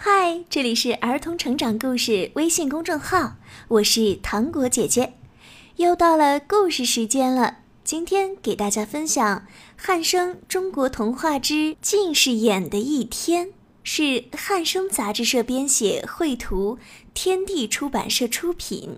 嗨，这里是儿童成长故事微信公众号，我是糖果姐姐。又到了故事时间了，今天给大家分享汉生中国童话之近视眼的一天，是汉生杂志社编写，绘图，天地出版社出品。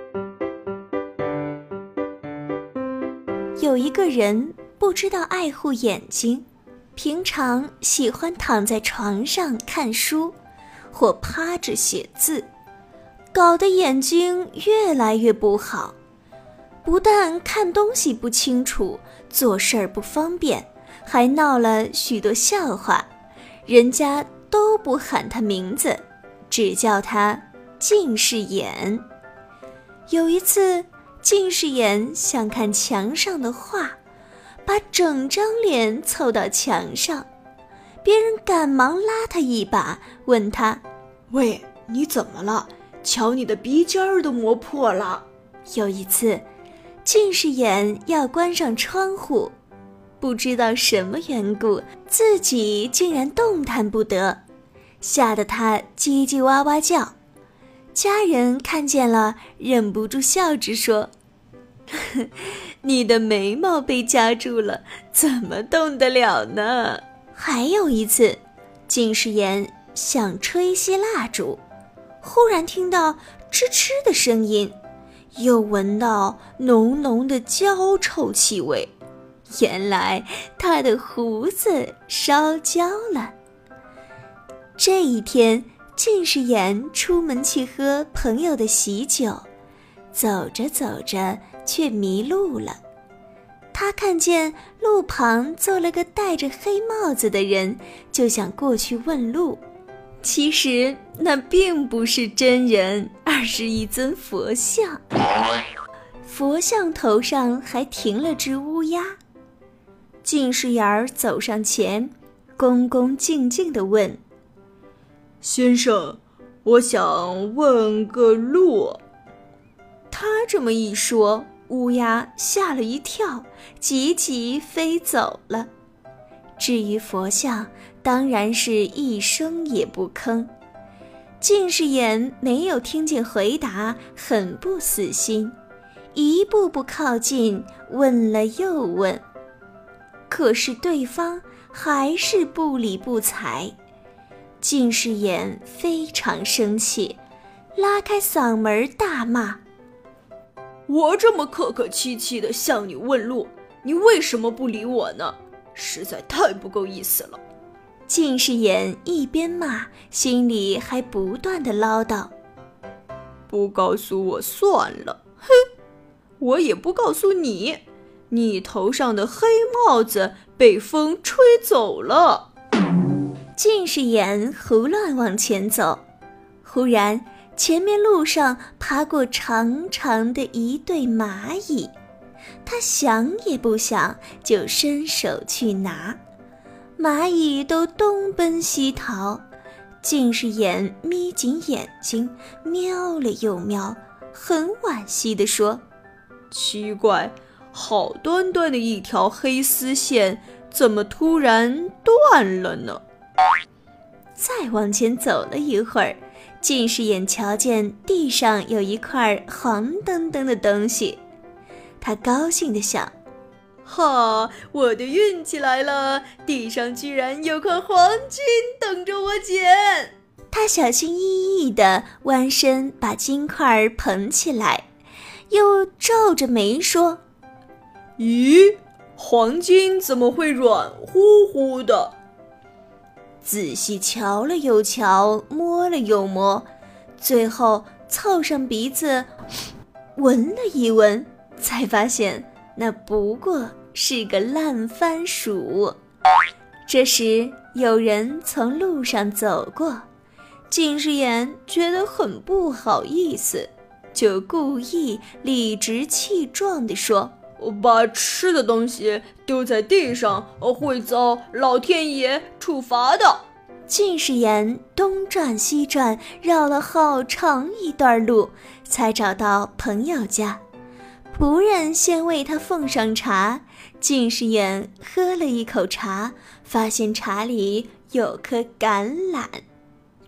有一个人不知道爱护眼睛，平常喜欢躺在床上看书或趴着写字，搞得眼睛越来越不好。不但看东西不清楚，做事儿不方便，还闹了许多笑话，人家都不喊他名字，只叫他近视眼。有一次，近视眼想看墙上的画，把整张脸凑到墙上，别人赶忙拉他一把，问他： 喂，你怎么了？瞧你的鼻尖儿都磨破了。 有一次，近视眼要关上窗户，不知道什么缘故，自己竟然动弹不得，吓得他叽叽哇哇叫。家人看见了，忍不住笑着说：你的眉毛被夹住了，怎么动得了呢？还有一次，近视眼想吹熄蜡烛，忽然听到吱吱的声音，又闻到浓浓的焦臭气味，原来他的胡子烧焦了。这一天，近视眼出门去喝朋友的喜酒，走着走着却迷路了。他看见路旁坐了个戴着黑帽子的人，就想过去问路。其实那并不是真人，而是一尊佛像。佛像头上还停了只乌鸦。近视眼儿走上前，恭恭敬敬地问： 先生，我想问个路。 他这么一说，乌鸦吓了一跳，急急飞走了。至于佛像，当然是一声也不吭。近视眼没有听见回答，很不死心，一步步靠近，问了又问，可是对方还是不理不睬。近视眼非常生气，拉开嗓门大骂： 我这么客客气气地向你问路，你为什么不理我呢？实在太不够意思了。 近视眼一边骂，心里还不断地唠叨： 不告诉我算了，哼，我也不告诉你，你头上的黑帽子被风吹走了。 近视眼胡乱往前走，忽然前面路上爬过长长的一对蚂蚁，他想也不想就伸手去拿，蚂蚁都东奔西逃。近视眼眯紧眼睛，瞄了又瞄，很惋惜地说： 奇怪，好端端的一条黑丝线，怎么突然断了呢？ 再往前走了一会儿，近视眼瞧见地上有一块黄澄澄的东西，他高兴地想： 哈，我的运气来了，地上居然有块黄金等着我捡。 他小心翼翼地弯身把金块捧起来，又皱着眉说： 咦，黄金怎么会软乎乎的？ 仔细瞧了又瞧，摸了又摸，最后凑上鼻子闻了一闻，才发现那不过是个烂番薯。这时有人从路上走过，近视眼觉得很不好意思，就故意理直气壮地说： 把吃的东西丢在地上会遭老天爷处罚的。 近视眼东转西转，绕了好长一段路，才找到朋友家。仆人先为他奉上茶，近视眼喝了一口茶，发现茶里有颗橄榄。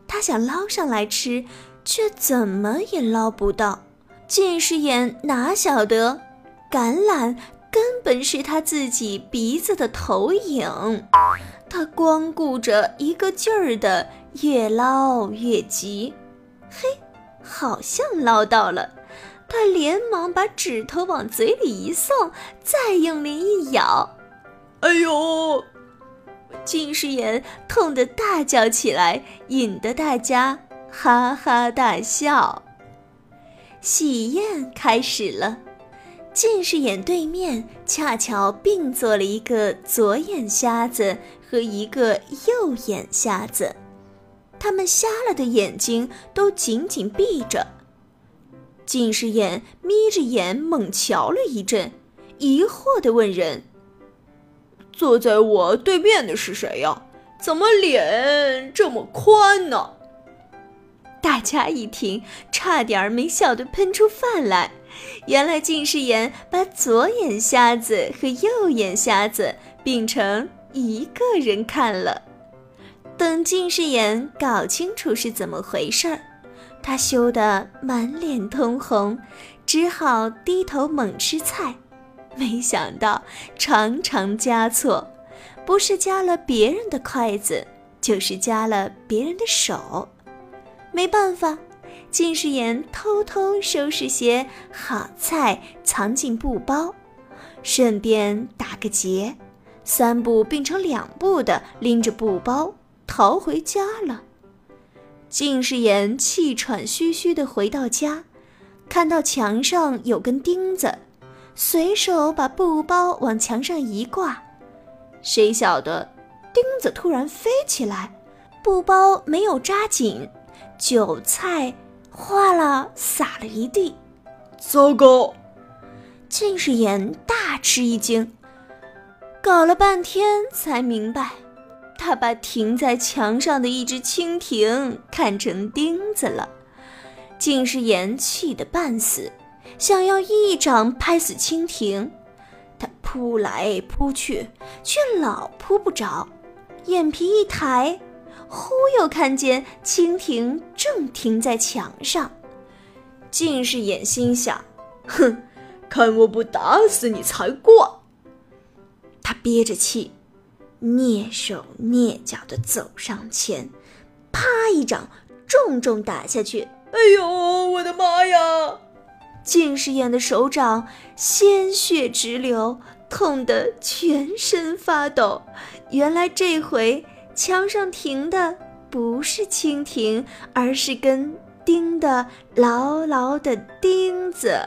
他想捞上来吃，却怎么也捞不到。近视眼哪晓得，橄榄根本是他自己鼻子的投影，他光顾着一个劲儿的越捞越急。嘿，好像捞到了，他连忙把指头往嘴里一送，再用力一咬， 哎呦！ 近视眼痛得大叫起来，引得大家哈哈大笑。喜宴开始了，近视眼对面恰巧并坐了一个左眼瞎子和一个右眼瞎子，他们瞎了的眼睛都紧紧闭着。近视眼眯着眼猛瞧了一阵，疑惑地问人： 坐在我对面的是谁呀？怎么脸这么宽呢？ 大家一听，差点没笑得喷出饭来。原来近视眼把左眼瞎子和右眼瞎子并成一个人看了。等近视眼搞清楚是怎么回事，他羞得满脸通红，只好低头猛吃菜。没想到常常加错，不是夹了别人的筷子，就是夹了别人的手。没办法，近视眼偷偷收拾些好菜藏进布包，顺便打个结，3步并成2步的拎着布包逃回家了。近视眼气喘吁吁地回到家，看到墙上有根钉子，随手把布包往墙上一挂，谁晓得钉子突然飞起来，布包没有扎紧，韭菜哗啦洒了一地。 糟糕！ 近视眼大吃一惊，搞了半天才明白，他把停在墙上的一只蜻蜓看成钉子了。近视眼气得半死，想要一掌拍死蜻蜓，他扑来扑去，却老扑不着，眼皮一抬，忽又看见蜻蜓正停在墙上。近视眼心想， 哼，看我不打死你才怪。 他憋着气，蹑手蹑脚地走上前，啪一掌重重打下去。 哎呦，我的妈呀！ 近视眼的手掌鲜血直流，痛得全身发抖。原来这回墙上停的不是蜻蜓，而是根钉得牢牢的钉子。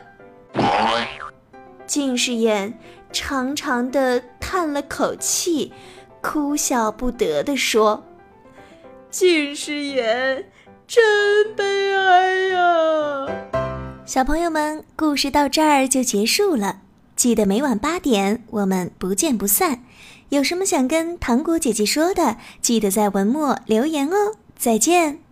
近视眼长长地叹了口气，哭笑不得地说： 近视眼真悲哀呀！ 小朋友们，故事到这儿就结束了，记得每晚8点我们不见不散。有什么想跟糖果姐姐说的，记得在文末留言哦。再见。